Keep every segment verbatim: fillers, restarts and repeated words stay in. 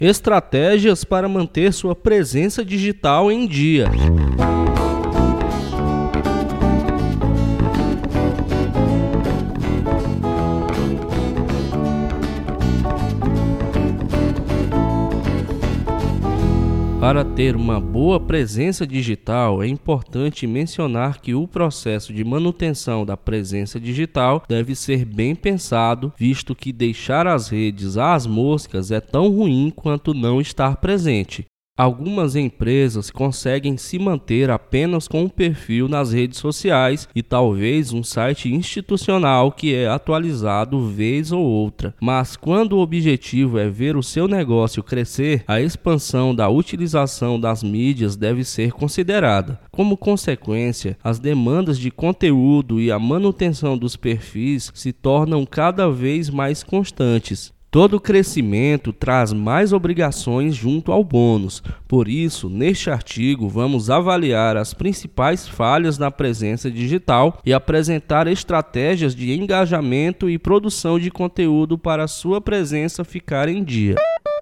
Estratégias para manter sua presença digital em dia. Para ter uma boa presença digital, é importante mencionar que o processo de manutenção da presença digital deve ser bem pensado, visto que deixar as redes às moscas é tão ruim quanto não estar presente. Algumas empresas conseguem se manter apenas com um perfil nas redes sociais e talvez um site institucional que é atualizado vez ou outra. Mas quando o objetivo é ver o seu negócio crescer, a expansão da utilização das mídias deve ser considerada. Como consequência, as demandas de conteúdo e a manutenção dos perfis se tornam cada vez mais constantes. Todo crescimento traz mais obrigações junto ao bônus. Por isso, neste artigo, vamos avaliar as principais falhas na presença digital e apresentar estratégias de engajamento e produção de conteúdo para a sua presença ficar em dia.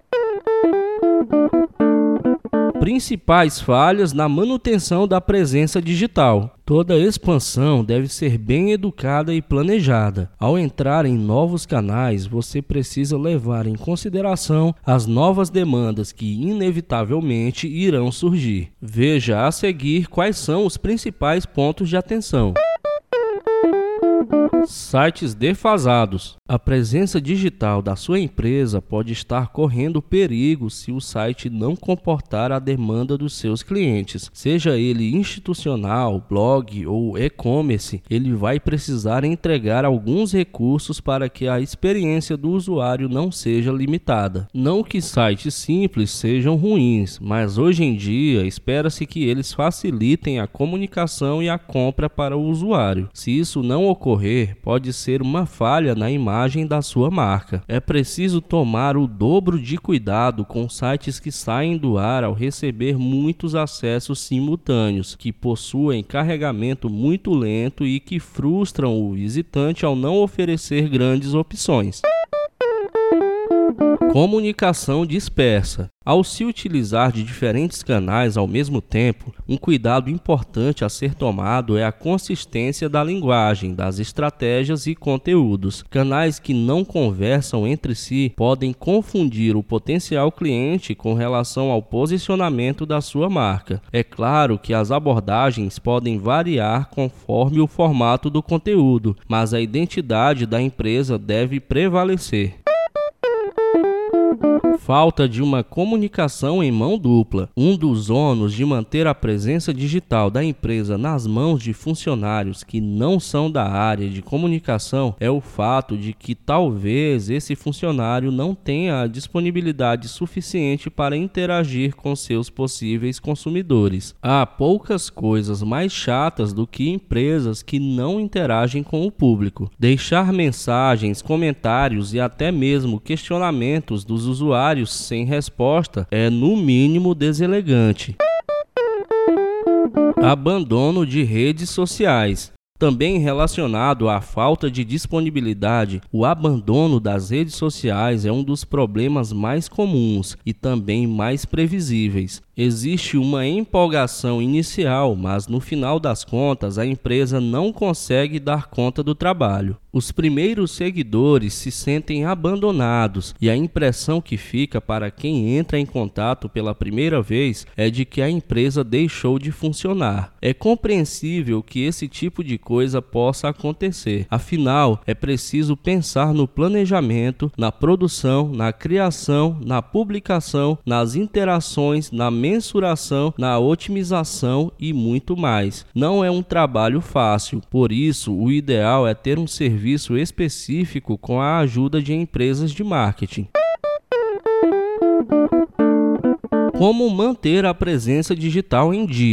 Principais falhas na manutenção da presença digital. Toda expansão deve ser bem educada e planejada. Ao entrar em novos canais, você precisa levar em consideração as novas demandas que inevitavelmente irão surgir. Veja a seguir quais são os principais pontos de atenção. Sites defasados. A presença digital da sua empresa pode estar correndo perigo se o site não comportar a demanda dos seus clientes. Seja ele institucional, blog ou e-commerce, ele vai precisar entregar alguns recursos para que a experiência do usuário não seja limitada. Não que sites simples sejam ruins, mas hoje em dia espera-se que eles facilitem a comunicação e a compra para o usuário. Se isso não ocorrer, pode ser uma falha na imagem da sua marca. É preciso tomar o dobro de cuidado com sites que saem do ar ao receber muitos acessos simultâneos, que possuem carregamento muito lento e que frustram o visitante ao não oferecer grandes opções. Comunicação dispersa. Ao se utilizar de diferentes canais ao mesmo tempo, um cuidado importante a ser tomado é a consistência da linguagem, das estratégias e conteúdos. Canais que não conversam entre si podem confundir o potencial cliente com relação ao posicionamento da sua marca. É claro que as abordagens podem variar conforme o formato do conteúdo, mas a identidade da empresa deve prevalecer. Falta de uma comunicação em mão dupla. Um dos ônus de manter a presença digital da empresa nas mãos de funcionários que não são da área de comunicação é o fato de que talvez esse funcionário não tenha a disponibilidade suficiente para interagir com seus possíveis consumidores. Há poucas coisas mais chatas do que empresas que não interagem com o público. Deixar mensagens, comentários e até mesmo questionamentos dos usuários sem resposta é no mínimo deselegante. Abandono de redes sociais. Também relacionado à falta de disponibilidade, o abandono das redes sociais é um dos problemas mais comuns e também mais previsíveis. Existe uma empolgação inicial, mas no final das contas a empresa não consegue dar conta do trabalho. Os primeiros seguidores se sentem abandonados e a impressão que fica para quem entra em contato pela primeira vez é de que a empresa deixou de funcionar. É compreensível que esse tipo de coisa possa acontecer. Afinal, é preciso pensar no planejamento, na produção, na criação, na publicação, nas interações, na mensuração, na otimização e muito mais. Não é um trabalho fácil, por isso o ideal é ter um serviço específico com a ajuda de empresas de marketing. Como manter a presença digital em dia?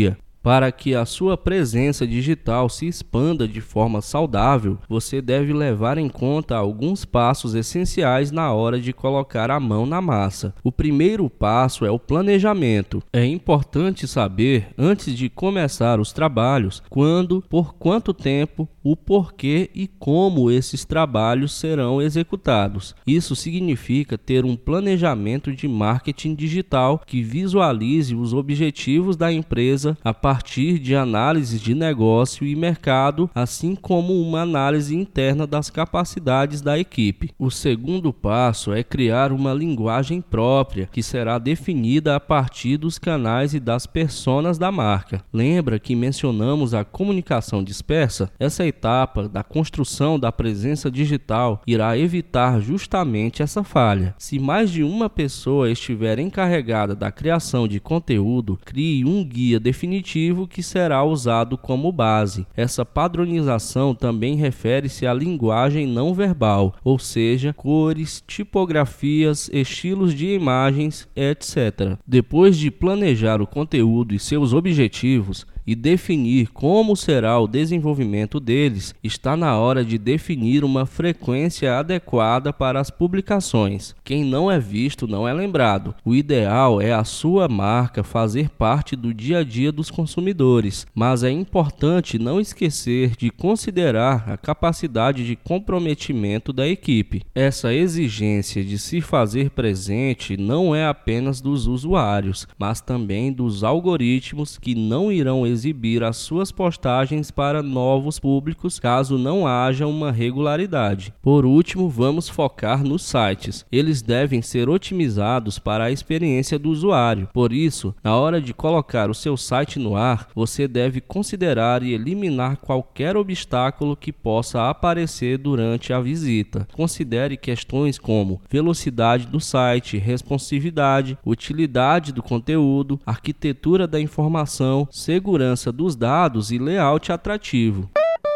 Para que a sua presença digital se expanda de forma saudável, você deve levar em conta alguns passos essenciais na hora de colocar a mão na massa. O primeiro passo é o planejamento. É importante saber, antes de começar os trabalhos, quando, por quanto tempo, o porquê e como esses trabalhos serão executados. Isso significa ter um planejamento de marketing digital que visualize os objetivos da empresa a partir de análises de negócio e mercado, assim como uma análise interna das capacidades da equipe. O segundo passo é criar uma linguagem própria, que será definida a partir dos canais e das personas da marca. Lembra que mencionamos a comunicação dispersa? Essa etapa da construção da presença digital irá evitar justamente essa falha. Se mais de uma pessoa estiver encarregada da criação de conteúdo, crie um guia definitivo que será usado como base. Essa padronização também refere-se à linguagem não verbal, ou seja, cores, tipografias, estilos de imagens, etcétera. Depois de planejar o conteúdo e seus objetivos, e definir como será o desenvolvimento deles, está na hora de definir uma frequência adequada para as publicações. Quem não é visto não é lembrado. O ideal é a sua marca fazer parte do dia a dia dos consumidores, mas é importante não esquecer de considerar a capacidade de comprometimento da equipe. Essa exigência de se fazer presente não é apenas dos usuários, mas também dos algoritmos que não irão exibir as suas postagens para novos públicos caso não haja uma regularidade. Por último, vamos focar nos sites. Eles devem ser otimizados para a experiência do usuário. Por isso, na hora de colocar o seu site no ar, você deve considerar e eliminar qualquer obstáculo que possa aparecer durante a visita. Considere questões como velocidade do site, responsividade, utilidade do conteúdo, arquitetura da informação, segurança dos dados e layout atrativo.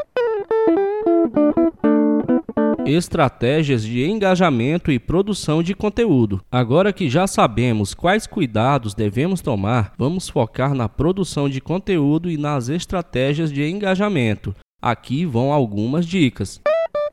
Estratégias de engajamento e produção de conteúdo. Agora que já sabemos quais cuidados devemos tomar, vamos focar na produção de conteúdo e nas estratégias de engajamento. Aqui vão algumas dicas.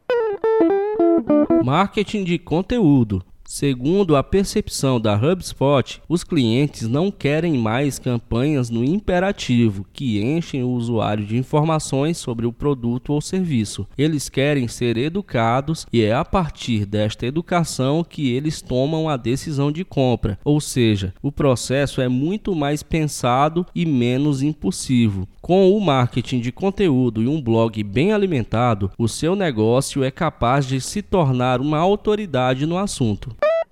Marketing de conteúdo. Segundo a percepção da HubSpot, os clientes não querem mais campanhas no imperativo, que enchem o usuário de informações sobre o produto ou serviço. Eles querem ser educados e é a partir desta educação que eles tomam a decisão de compra. Ou seja, o processo é muito mais pensado e menos impulsivo. Com o marketing de conteúdo e um blog bem alimentado, o seu negócio é capaz de se tornar uma autoridade no assunto.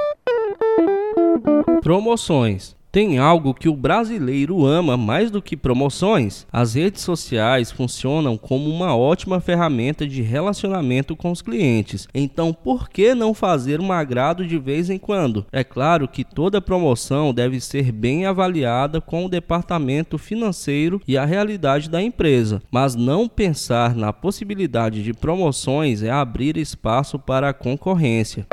Promoções. Tem algo que o brasileiro ama mais do que promoções? As redes sociais funcionam como uma ótima ferramenta de relacionamento com os clientes. Então, por que não fazer um agrado de vez em quando? É claro que toda promoção deve ser bem avaliada com o departamento financeiro e a realidade da empresa, mas não pensar na possibilidade de promoções é abrir espaço para a concorrência.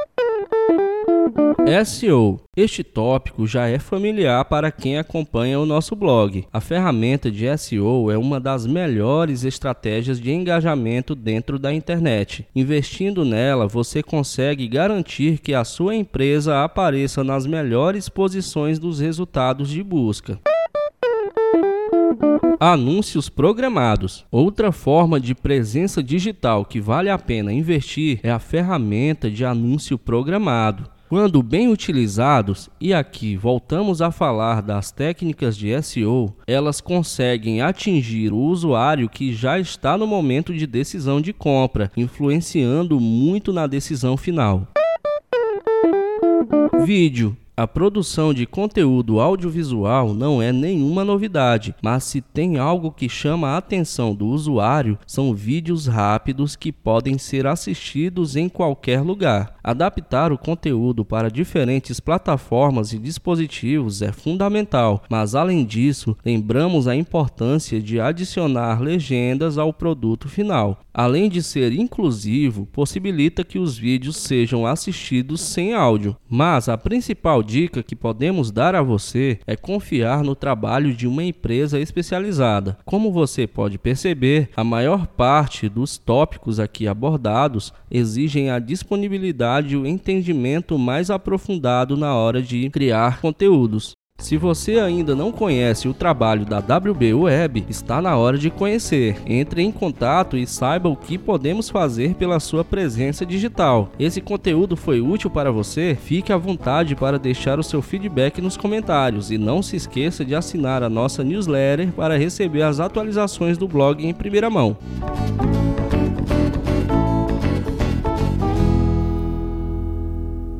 S E O. Este tópico já é familiar para quem acompanha o nosso blog. A ferramenta de S E O é uma das melhores estratégias de engajamento dentro da internet. Investindo nela, você consegue garantir que a sua empresa apareça nas melhores posições dos resultados de busca. Anúncios programados. Outra forma de presença digital que vale a pena investir é a ferramenta de anúncio programado. Quando bem utilizados, e aqui voltamos a falar das técnicas de S E O, elas conseguem atingir o usuário que já está no momento de decisão de compra, influenciando muito na decisão final. Vídeo. A produção de conteúdo audiovisual não é nenhuma novidade, mas se tem algo que chama a atenção do usuário, são vídeos rápidos que podem ser assistidos em qualquer lugar. Adaptar o conteúdo para diferentes plataformas e dispositivos é fundamental, mas além disso, lembramos a importância de adicionar legendas ao produto final. Além de ser inclusivo, possibilita que os vídeos sejam assistidos sem áudio, mas a principal dica que podemos dar a você é confiar no trabalho de uma empresa especializada. Como você pode perceber, a maior parte dos tópicos aqui abordados exigem a disponibilidade e o entendimento mais aprofundado na hora de criar conteúdos. Se você ainda não conhece o trabalho da W B Web, está na hora de conhecer. Entre em contato e saiba o que podemos fazer pela sua presença digital. Esse conteúdo foi útil para você? Fique à vontade para deixar o seu feedback nos comentários e não se esqueça de assinar a nossa newsletter para receber as atualizações do blog em primeira mão.